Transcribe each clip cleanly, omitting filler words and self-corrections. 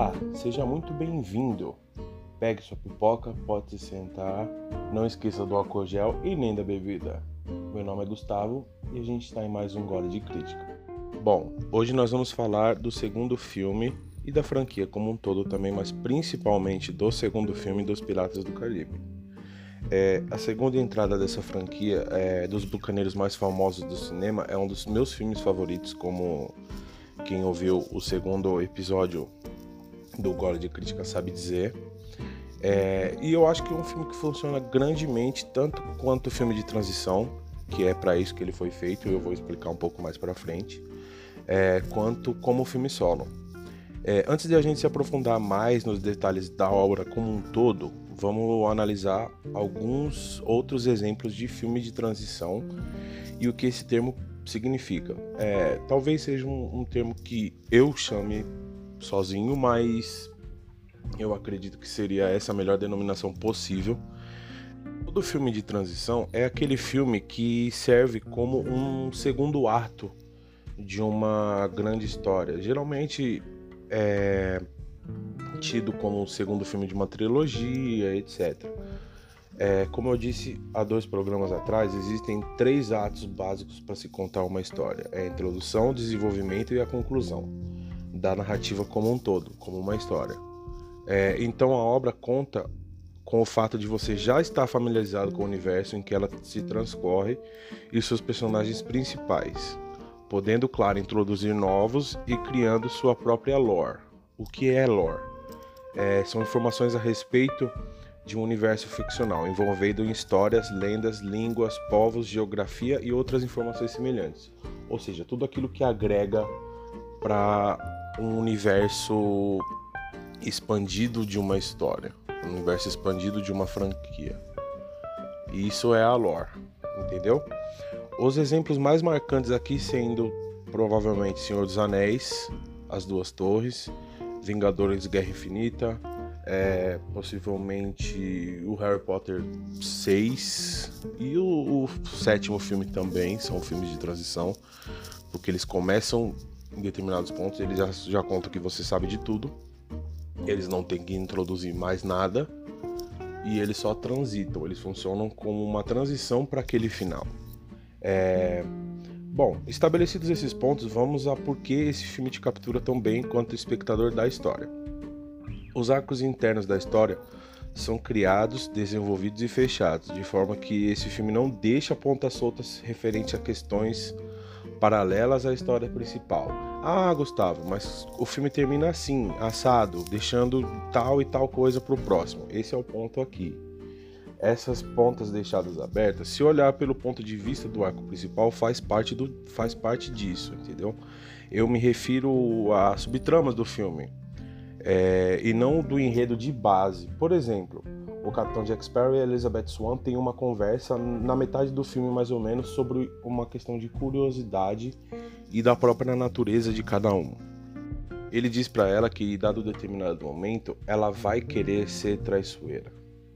Olá, seja muito bem-vindo. Pegue sua pipoca, pode se sentar, não esqueça do álcool gel e nem da bebida. Meu nome é Gustavo e a gente está em mais um Gole de Crítica. Bom, hoje nós vamos falar do segundo filme e da franquia como um todo também, mas principalmente do segundo filme dos Piratas do Caribe. A segunda entrada dessa franquia dos bucaneiros mais famosos do cinema, é um dos meus filmes favoritos, como quem ouviu o segundo episódio do Gole de Crítica sabe dizer. E eu acho que é um filme que funciona grandemente, tanto quanto filme de transição, que é para isso que ele foi feito, e eu vou explicar um pouco mais para frente, quanto como filme solo. Antes de a gente se aprofundar mais nos detalhes da obra como um todo, vamos analisar alguns outros exemplos de filme de transição e o que esse termo significa. Talvez seja um termo que eu chame sozinho, mas eu acredito que seria essa a melhor denominação possível. Todo filme de transição é aquele filme que serve como um segundo ato de uma grande história. Geralmente é tido como o segundo filme de uma trilogia, etc. Como eu disse há 2 programas atrás, existem 3 atos básicos para se contar uma história: a introdução, o desenvolvimento e a conclusão da narrativa como um todo, como uma história. Então a obra conta com o fato de você já estar familiarizado com o universo em que ela se transcorre e seus personagens principais, podendo, claro, introduzir novos e criando sua própria lore. O que é lore? São informações a respeito de um universo ficcional, envolvido em histórias, lendas, línguas, povos, geografia e outras informações semelhantes. Ou seja, tudo aquilo que agrega para um universo expandido de uma história, um universo expandido de uma franquia. E isso é a lore, entendeu? Os exemplos mais marcantes aqui sendo provavelmente Senhor dos Anéis, As Duas Torres, Vingadores Guerra Infinita, possivelmente o Harry Potter 6 e o 7º filme também são filmes de transição, porque eles começam em determinados pontos, eles já contam que você sabe de tudo, eles não têm que introduzir mais nada e eles só transitam, eles funcionam como uma transição para aquele final. Bom, estabelecidos esses pontos, vamos a por que esse filme te captura tão bem quanto o espectador da história. Os arcos internos da história são criados, desenvolvidos e fechados, de forma que esse filme não deixa pontas soltas referente a questões paralelas à história principal. Ah, Gustavo, mas o filme termina assim, assado, deixando tal e tal coisa pro próximo. Esse é o ponto aqui. Essas pontas deixadas abertas, se olhar pelo ponto de vista do arco principal, faz parte disso, entendeu? Eu me refiro a subtramas do filme, e não do enredo de base. Por exemplo, o Capitão Jack Sparrow e a Elizabeth Swann têm uma conversa na metade do filme, mais ou menos, sobre uma questão de curiosidade e da própria natureza de cada um. Ele diz para ela que, dado determinado momento, ela vai querer ser traiçoeira.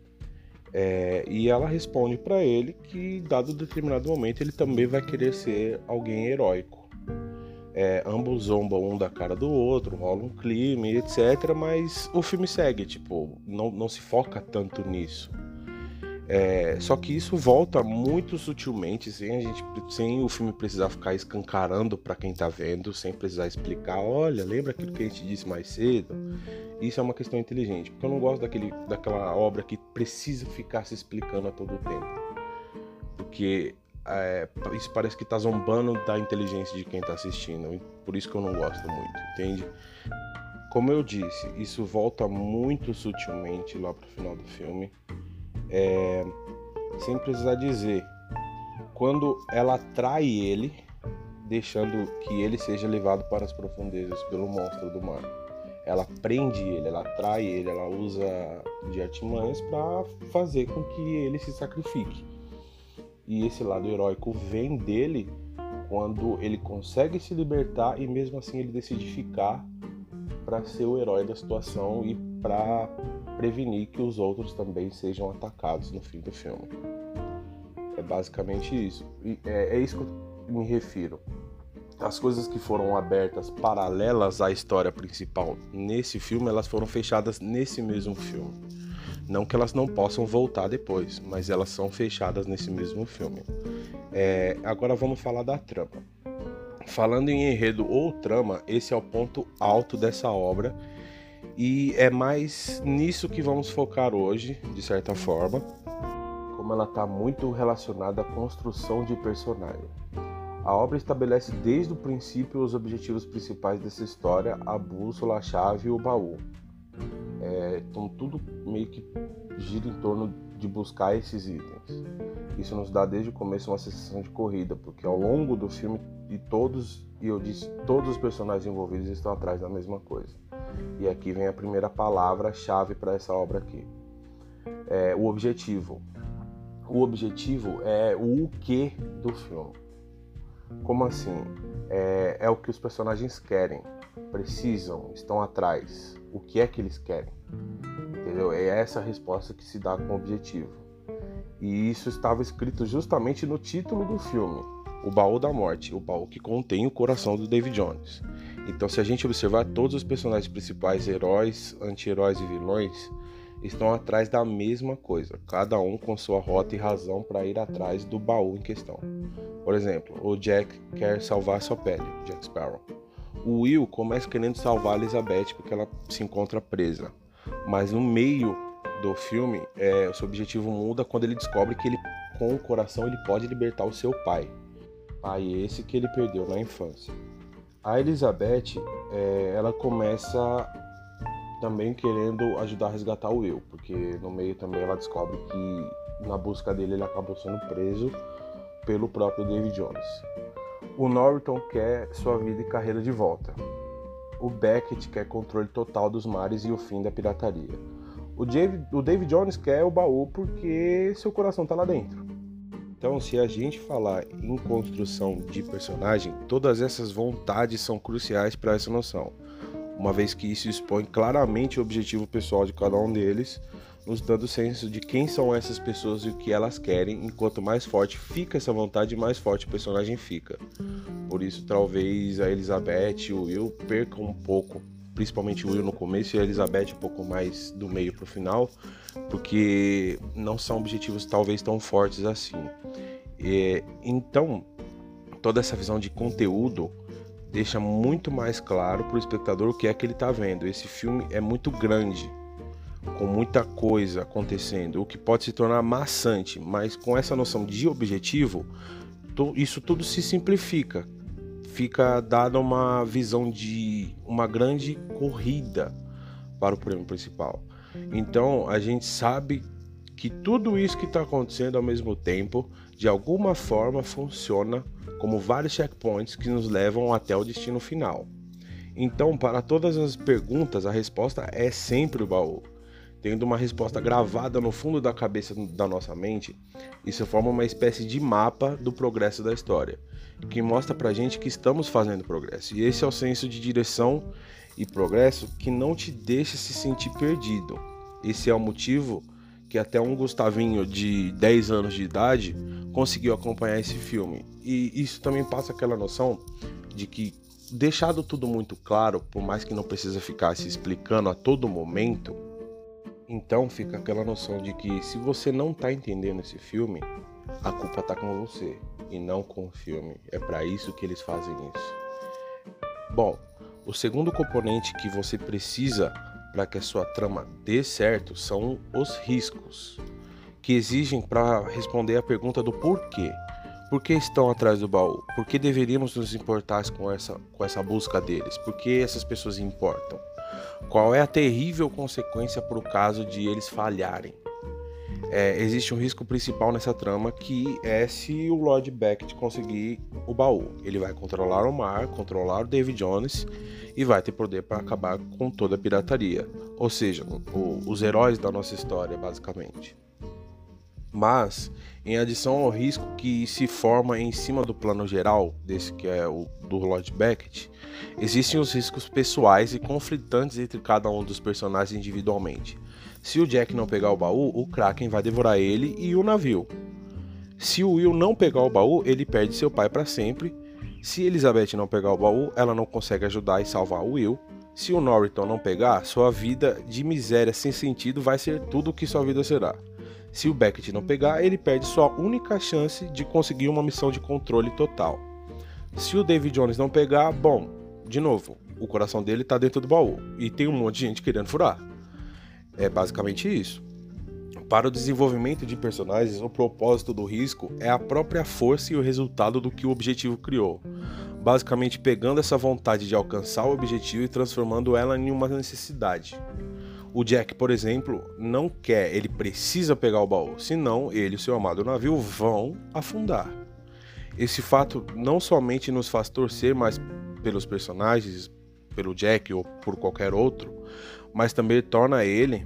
E ela responde para ele que, dado determinado momento, ele também vai querer ser alguém heróico. Ambos zombam um da cara do outro, rola um clima, etc. Mas o filme segue, não se foca tanto nisso. Só que isso volta muito sutilmente, sem o filme precisar ficar escancarando para quem tá vendo, sem precisar explicar, olha, lembra aquilo que a gente disse mais cedo? Isso é uma questão inteligente, porque eu não gosto daquela obra que precisa ficar se explicando a todo tempo, porque isso parece que tá zombando da inteligência de quem tá assistindo, por isso que eu não gosto muito, entende? Como eu disse, isso volta muito sutilmente lá pro final do filme, sem precisar dizer. Quando ela trai ele, deixando que ele seja levado para as profundezas pelo monstro do mar, ela prende ele, ela trai ele, ela usa de artimanhas para fazer com que ele se sacrifique. E esse lado heróico vem dele quando ele consegue se libertar e mesmo assim ele decide ficar para ser o herói da situação e para prevenir que os outros também sejam atacados no fim do filme. É basicamente isso. É isso que eu me refiro. as coisas que foram abertas paralelas à história principal nesse filme, elas foram fechadas nesse mesmo filme. Não que elas não possam voltar depois, mas elas são fechadas nesse mesmo filme. Agora vamos falar da trama. Falando em enredo ou trama, esse é o ponto alto dessa obra, e é mais nisso que vamos focar hoje, de certa forma, como ela está muito relacionada à construção de personagem. A obra estabelece desde o princípio os objetivos principais dessa história, a bússola, a chave e o baú. Então tudo meio que gira em torno de buscar esses itens. Isso nos dá desde o começo uma sensação de corrida, porque ao longo do filme todos os personagens envolvidos estão atrás da mesma coisa. E aqui vem a primeira palavra-chave para essa obra aqui. O objetivo. O objetivo é o que do filme. Como assim? É o que os personagens querem, precisam, estão atrás. O que é que eles querem? Entendeu? É essa a resposta que se dá com o objetivo. E isso estava escrito justamente no título do filme, O Baú da Morte, o baú que contém o coração do David Jones. Então, se a gente observar, todos os personagens principais, heróis, anti-heróis e vilões, estão atrás da mesma coisa, cada um com sua rota e razão para ir atrás do baú em questão. Por exemplo, o Jack quer salvar sua pele, Jack Sparrow. O Will começa querendo salvar a Elizabeth porque ela se encontra presa. Mas no meio do filme, o seu objetivo muda quando ele descobre que ele, com o coração, ele pode libertar o seu pai. Pai esse que ele perdeu na infância. A Elizabeth, ela começa também querendo ajudar a resgatar o Will, porque no meio também ela descobre que na busca dele ele acabou sendo preso pelo próprio David Jones. O Norton quer sua vida e carreira de volta. O Beckett quer controle total dos mares e o fim da pirataria. O David Jones quer o baú porque seu coração está lá dentro. Então, se a gente falar em construção de personagem, todas essas vontades são cruciais para essa noção, uma vez que isso expõe claramente o objetivo pessoal de cada um deles, nos dando senso de quem são essas pessoas e o que elas querem. Enquanto mais forte fica essa vontade, mais forte o personagem fica. Por isso, talvez a Elizabeth e o Will percam um pouco, principalmente o Will no começo e a Elizabeth um pouco mais do meio para o final, porque não são objetivos talvez tão fortes assim. Então, toda essa visão de conteúdo deixa muito mais claro para o espectador o que é que ele está vendo. Esse filme é muito grande, com muita coisa acontecendo, o que pode se tornar maçante, mas com essa noção de objetivo, isso tudo se simplifica. Fica dada uma visão de uma grande corrida para o prêmio principal. Então a gente sabe que tudo isso que está acontecendo ao mesmo tempo, de alguma forma funciona como vários checkpoints que nos levam até o destino final. Então, para todas as perguntas, a resposta é sempre o baú. Tendo uma resposta gravada no fundo da cabeça da nossa mente, isso forma uma espécie de mapa do progresso da história, que mostra pra gente que estamos fazendo progresso. E esse é o senso de direção e progresso que não te deixa se sentir perdido. Esse é o motivo que até um Gustavinho de 10 anos de idade conseguiu acompanhar esse filme. E isso também passa aquela noção de que, deixado tudo muito claro, por mais que não precisa ficar se explicando a todo momento, então fica aquela noção de que se você não está entendendo esse filme, a culpa está com você e não com o filme. É para isso que eles fazem isso. Bom, o segundo componente que você precisa para que a sua trama dê certo são os riscos, que exigem para responder a pergunta do porquê. Por que estão atrás do baú? Por que deveríamos nos importar com essa busca deles? Por que essas pessoas importam? Qual é a terrível consequência para o caso de eles falharem? Existe um risco principal nessa trama, que é se o Lord Beckett conseguir o baú. Ele vai controlar o mar, controlar o David Jones e vai ter poder para acabar com toda a pirataria. Ou seja, os heróis da nossa história, basicamente. Mas, em adição ao risco que se forma em cima do plano geral, desse que é o do Lord Beckett, existem os riscos pessoais e conflitantes entre cada um dos personagens individualmente. Se o Jack não pegar o baú, o Kraken vai devorar ele e o navio. Se o Will não pegar o baú, ele perde seu pai para sempre. Se Elizabeth não pegar o baú, ela não consegue ajudar e salvar o Will. Se o Norrington não pegar, sua vida de miséria sem sentido vai ser tudo o que sua vida será. Se o Beckett não pegar, ele perde sua única chance de conseguir uma missão de controle total. Se o David Jones não pegar, bom, de novo, o coração dele tá dentro do baú e tem um monte de gente querendo furar. É basicamente isso. Para o desenvolvimento de personagens, o propósito do risco é a própria força e o resultado do que o objetivo criou. Basicamente pegando essa vontade de alcançar o objetivo e transformando ela em uma necessidade. O Jack, por exemplo, não quer, ele precisa pegar o baú, senão ele e o seu amado navio vão afundar. Esse fato não somente nos faz torcer mais pelos personagens, pelo Jack ou por qualquer outro, mas também torna ele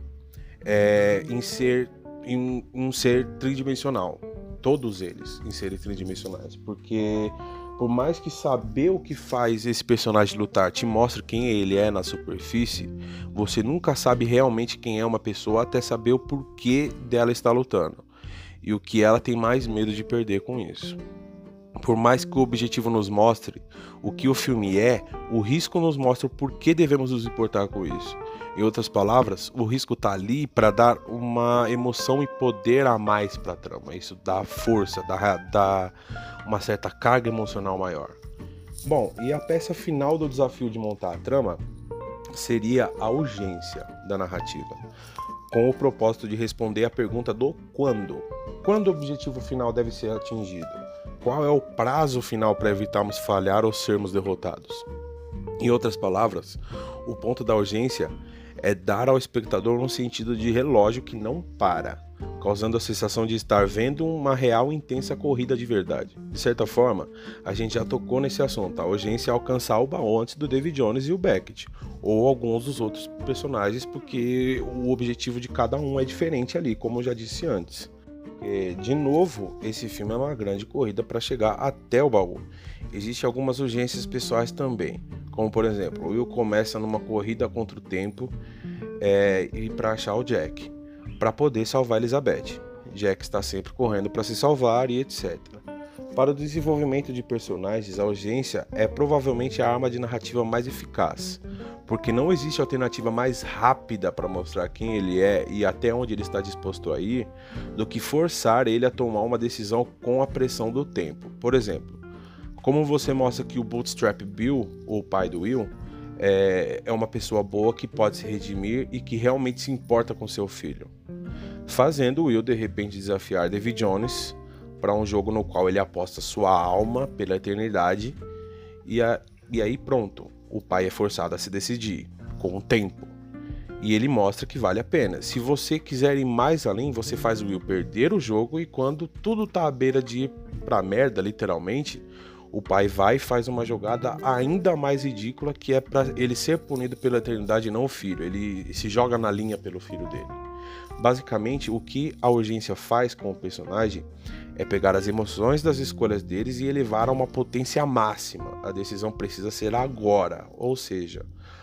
um ser tridimensional. Todos eles em serem tridimensionais, porque por mais que saber o que faz esse personagem lutar te mostre quem ele é na superfície, você nunca sabe realmente quem é uma pessoa até saber o porquê dela estar lutando e o que ela tem mais medo de perder com isso. Por mais que o objetivo nos mostre o que o filme é, o risco nos mostra o porquê devemos nos importar com isso. Em outras palavras, o risco está ali para dar uma emoção e poder a mais para a trama. Isso dá força, dá uma certa carga emocional maior. Bom, e a peça final do desafio de montar a trama seria a urgência da narrativa, com o propósito de responder à pergunta do quando. Quando o objetivo final deve ser atingido? Qual é o prazo final para evitarmos falhar ou sermos derrotados? Em outras palavras, o ponto da urgência é dar ao espectador um sentido de relógio que não para, causando a sensação de estar vendo uma real e intensa corrida de verdade. De certa forma, a gente já tocou nesse assunto. A urgência é alcançar o baú antes do David Jones e o Beckett, ou alguns dos outros personagens, porque o objetivo de cada um é diferente ali, como eu já disse antes. De novo, esse filme é uma grande corrida para chegar até o baú. Existem algumas urgências pessoais também, como por exemplo, o Will começa numa corrida contra o tempo e para achar o Jack, para poder salvar Elizabeth. Jack está sempre correndo para se salvar e etc. Para o desenvolvimento de personagens, a urgência é provavelmente a arma de narrativa mais eficaz, porque não existe alternativa mais rápida para mostrar quem ele é e até onde ele está disposto a ir, do que forçar ele a tomar uma decisão com a pressão do tempo. Por exemplo, como você mostra que o Bootstrap Bill, o pai do Will, é uma pessoa boa que pode se redimir e que realmente se importa com seu filho, fazendo o Will de repente desafiar David Jones para um jogo no qual ele aposta sua alma pela eternidade e aí pronto, o pai é forçado a se decidir com o tempo e ele mostra que vale a pena. Se você quiser ir mais além, você faz o Will perder o jogo e quando tudo tá à beira de ir pra merda, literalmente, o pai vai e faz uma jogada ainda mais ridícula, que é para ele ser punido pela eternidade e não o filho. Ele se joga na linha pelo filho dele. Basicamente, o que a urgência faz com o personagem é pegar as emoções das escolhas deles e elevar a uma potência máxima. A decisão precisa ser agora, ou seja,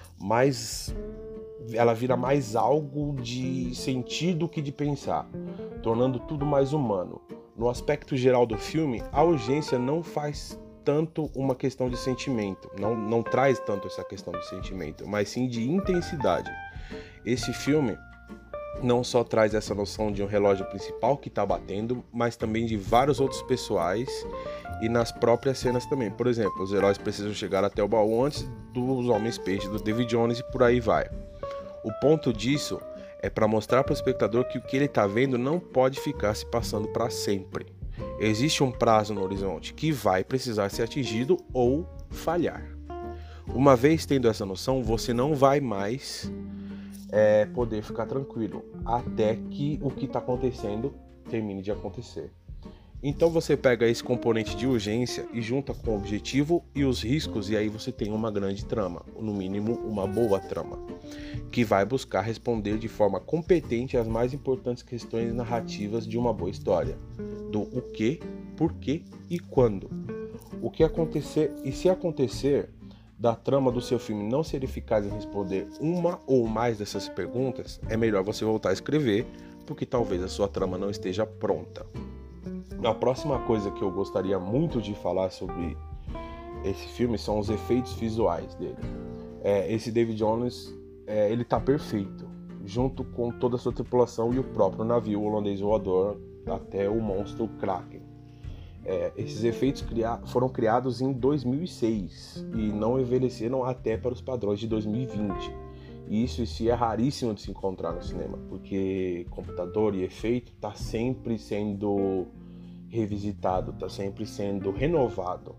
ela vira mais algo de sentido que de pensar, tornando tudo mais humano. No aspecto geral do filme, a urgência não faz tanto uma questão de sentimento, não traz tanto essa questão de sentimento, mas sim de intensidade. Esse filme não só traz essa noção de um relógio principal que está batendo, mas também de vários outros pessoais e nas próprias cenas também. Por exemplo, os heróis precisam chegar até o baú antes dos Homens-Peixe, do David Jones e por aí vai. O ponto disso é para mostrar para o espectador que o que ele está vendo não pode ficar se passando para sempre. Existe um prazo no horizonte que vai precisar ser atingido ou falhar. Uma vez tendo essa noção, você não vai mais poder ficar tranquilo até que o que está acontecendo termine de acontecer. Então você pega esse componente de urgência e junta com o objetivo e os riscos, e aí você tem uma grande trama, no mínimo uma boa trama, que vai buscar responder de forma competente às mais importantes questões narrativas de uma boa história, do o que, por quê e quando. O que acontecer e se acontecer da trama do seu filme não ser eficaz em responder uma ou mais dessas perguntas, é melhor você voltar a escrever, porque talvez a sua trama não esteja pronta. A próxima coisa que eu gostaria muito de falar sobre esse filme são os efeitos visuais dele. Esse David Jones, ele tá perfeito, junto com toda a sua tripulação e o próprio navio holandês voador, até o monstro Kraken. Esses efeitos foram criados em 2006 e não envelheceram até para os padrões de 2020. E isso em si é raríssimo de se encontrar no cinema, porque computador e efeito está sempre sendo revisitado, está sempre sendo renovado.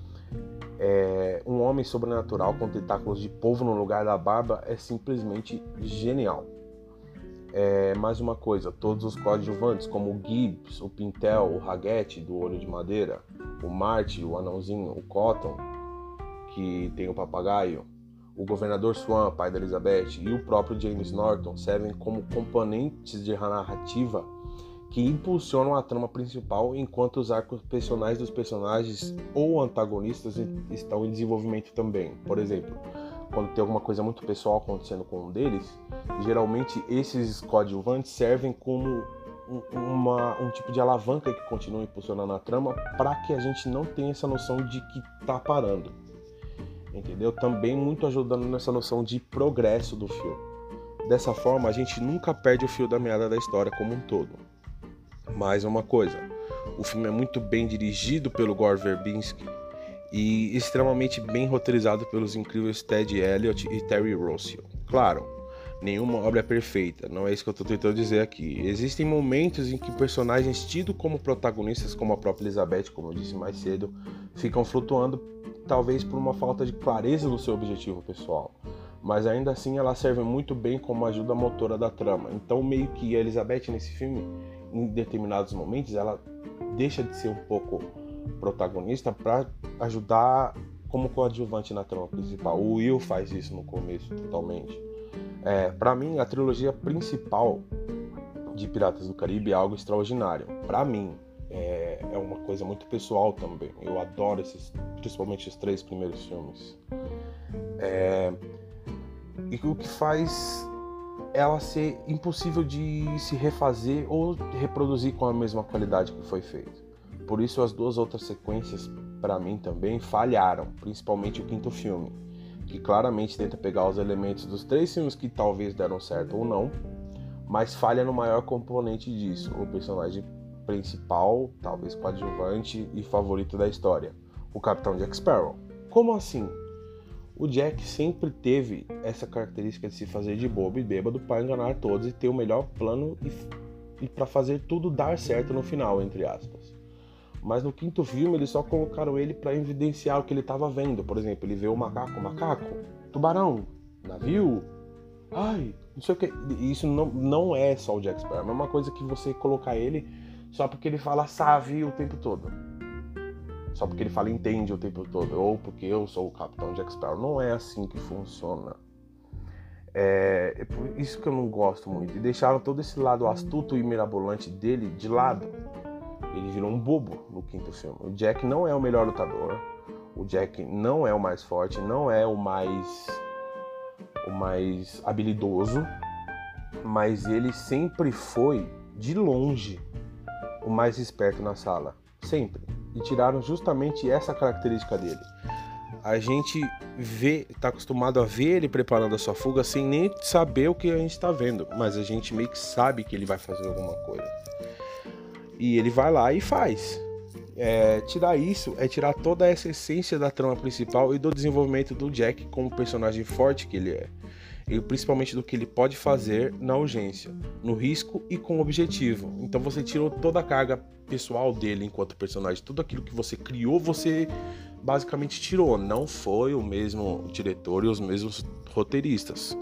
Um homem sobrenatural com tentáculos de polvo no lugar da barba é simplesmente genial. Mais uma coisa, todos os coadjuvantes, como o Gibbs, o Pintel, o Raggett, do Olho de Madeira, o Marty, o anãozinho, o Cotton, que tem o papagaio, o governador Swan, pai da Elizabeth, e o próprio James Norton servem como componentes de narrativa que impulsionam a trama principal, enquanto os arcos personagens dos personagens ou antagonistas estão em desenvolvimento também. Por exemplo, quando tem alguma coisa muito pessoal acontecendo com um deles, geralmente esses coadjuvantes servem como um tipo de alavanca que continua impulsionando a trama para que a gente não tenha essa noção de que tá parando. Entendeu? Também muito ajudando nessa noção de progresso do filme. Dessa forma, a gente nunca perde o fio da meada da história como um todo. Mais uma coisa, o filme é muito bem dirigido pelo Gore Verbinski e extremamente bem roteirizado pelos incríveis Ted Elliott e Terry Rossio. Claro, nenhuma obra é perfeita, não é isso que eu estou tentando dizer aqui. Existem momentos em que personagens tidos como protagonistas, como a própria Elizabeth, como eu disse mais cedo, ficam flutuando, talvez por uma falta de clareza no seu objetivo pessoal. Mas ainda assim ela serve muito bem como ajuda motora da trama. Então meio que a Elizabeth nesse filme, em determinados momentos, ela deixa de ser um pouco protagonista para ajudar como coadjuvante na trama principal. O Will faz isso no começo totalmente. Para mim, a trilogia principal de Piratas do Caribe é algo extraordinário. Para mim, é uma coisa muito pessoal também. Eu adoro principalmente os 3 primeiros filmes. E o que faz ela ser impossível de se refazer ou reproduzir com a mesma qualidade que foi feito. Por isso as 2 outras sequências, para mim também, falharam, principalmente o 5º filme, que claramente tenta pegar os elementos dos 3 filmes que talvez deram certo ou não, mas falha no maior componente disso, o personagem principal, talvez coadjuvante e favorito da história, o Capitão Jack Sparrow. Como assim? O Jack sempre teve essa característica de se fazer de bobo e bêbado para enganar todos e ter o melhor plano e para fazer tudo dar certo no final, entre aspas. Mas no 5º filme eles só colocaram ele para evidenciar o que ele estava vendo. Por exemplo, ele vê o macaco, tubarão, navio, não sei o que. Isso não é só o Jack Sparrow. É a mesma coisa que você colocar ele só porque ele fala sabe o tempo todo. Só porque ele fala entende o tempo todo, ou porque eu sou o Capitão Jack Sparrow. Não é assim que funciona. É por isso que eu não gosto muito. E deixaram todo esse lado astuto e mirabolante dele de lado. Ele virou um bobo no 5º filme. O Jack não é o melhor lutador. O Jack não é o mais forte, não é o mais habilidoso. Mas ele sempre foi, de longe, o mais esperto na sala. Sempre. E tiraram justamente essa característica dele. A gente tá acostumado a ver ele preparando a sua fuga sem nem saber o que a gente está vendo, mas a gente meio que sabe que ele vai fazer alguma coisa. E ele vai lá e faz. Tirar isso é tirar toda essa essência da trama principal e do desenvolvimento do Jack como personagem forte que ele é. E principalmente do que ele pode fazer na urgência, no risco e com objetivo. Então você tirou toda a carga pessoal dele enquanto personagem. Tudo aquilo que você criou, você basicamente tirou. Não foi o mesmo diretor e os mesmos roteiristas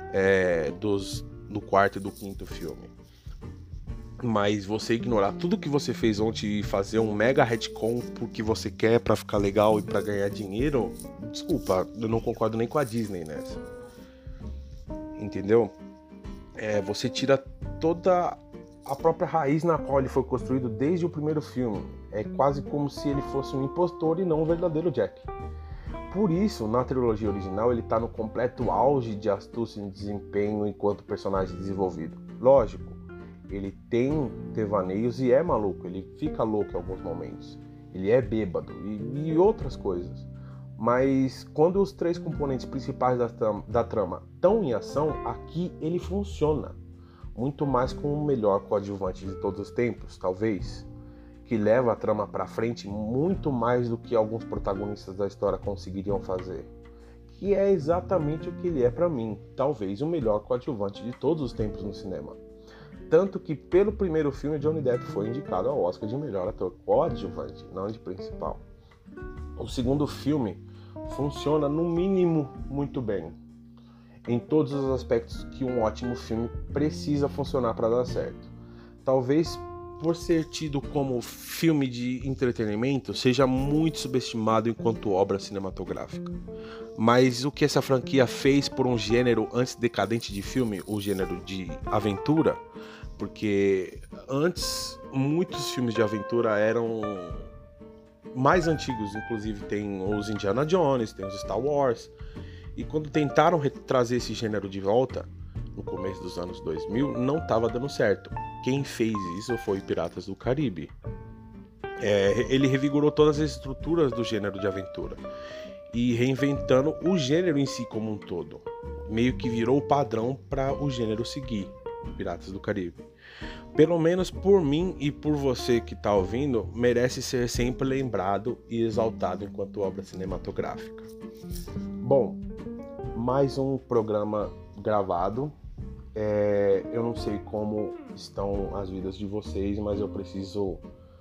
do 4º e do 5º filme. Mas você ignorar tudo que você fez ontem e fazer um mega retcon porque você quer pra ficar legal e pra ganhar dinheiro, desculpa, eu não concordo nem com a Disney nessa. Entendeu? Você tira toda a própria raiz na qual ele foi construído desde o primeiro filme. É quase como se ele fosse um impostor e não um verdadeiro Jack. Por isso, na trilogia original, ele tá no completo auge de astúcia e desempenho enquanto personagem desenvolvido. Lógico, ele tem devaneios e é maluco, ele fica louco em alguns momentos. Ele é bêbado e outras coisas. Mas quando os três componentes principais da trama estão em ação, aqui ele funciona. Muito mais como o melhor coadjuvante de todos os tempos, talvez, que leva a trama para frente muito mais do que alguns protagonistas da história conseguiriam fazer. Que é exatamente o que ele é para mim, talvez o melhor coadjuvante de todos os tempos no cinema. Tanto que pelo primeiro filme, Johnny Depp foi indicado ao Oscar de melhor ator coadjuvante, não de principal. O segundo filme funciona no mínimo muito bem, em todos os aspectos que um ótimo filme precisa funcionar para dar certo. Talvez por ser tido como filme de entretenimento, seja muito subestimado enquanto obra cinematográfica. Mas o que essa franquia fez por um gênero antes decadente de filme, o gênero de aventura, porque antes muitos filmes de aventura eram mais antigos, inclusive tem os Indiana Jones, tem os Star Wars, e quando tentaram trazer esse gênero de volta, no começo dos anos 2000, não estava dando certo. Quem fez isso foi Piratas do Caribe. Ele revigorou todas as estruturas do gênero de aventura e reinventando o gênero em si como um todo. Meio que virou o padrão para o gênero seguir, Piratas do Caribe. Pelo menos por mim e por você que está ouvindo, merece ser sempre lembrado e exaltado enquanto obra cinematográfica. Bom, mais um programa gravado. Eu não sei como estão as vidas de vocês, mas eu preciso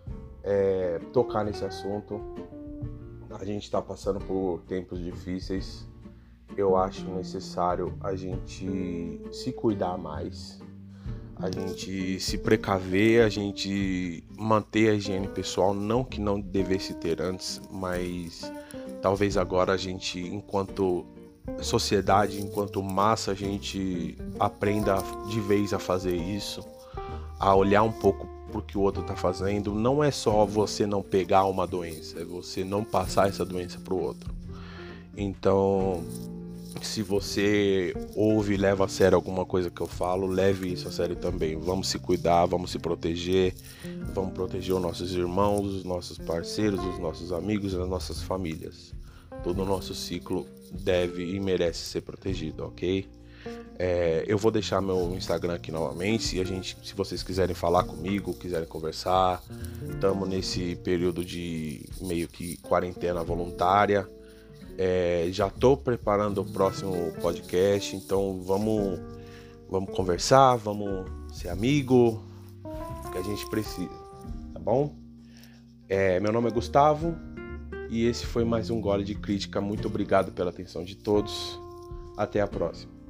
tocar nesse assunto. A gente está passando por tempos difíceis. Eu acho necessário a gente se cuidar mais, a gente se precaver, a gente manter a higiene pessoal, não que não devesse ter antes, mas talvez agora a gente, enquanto sociedade, enquanto massa, a gente aprenda de vez a fazer isso, a olhar um pouco pro que o outro tá fazendo. Não é só você não pegar uma doença, é você não passar essa doença pro outro. Então, se você ouve e leva a sério alguma coisa que eu falo, leve isso a sério também. Vamos se cuidar, vamos se proteger, vamos proteger os nossos irmãos, os nossos parceiros, os nossos amigos, as nossas famílias. Todo o nosso ciclo deve e merece ser protegido, ok? Eu vou deixar meu Instagram aqui novamente. Se vocês quiserem falar comigo, quiserem conversar, estamos nesse período de meio que quarentena voluntária. Já estou preparando o próximo podcast, então vamos conversar, vamos ser amigo, que a gente precisa, tá bom? Meu nome é Gustavo e esse foi mais um Gole de Crítica. Muito obrigado pela atenção de todos. Até a próxima.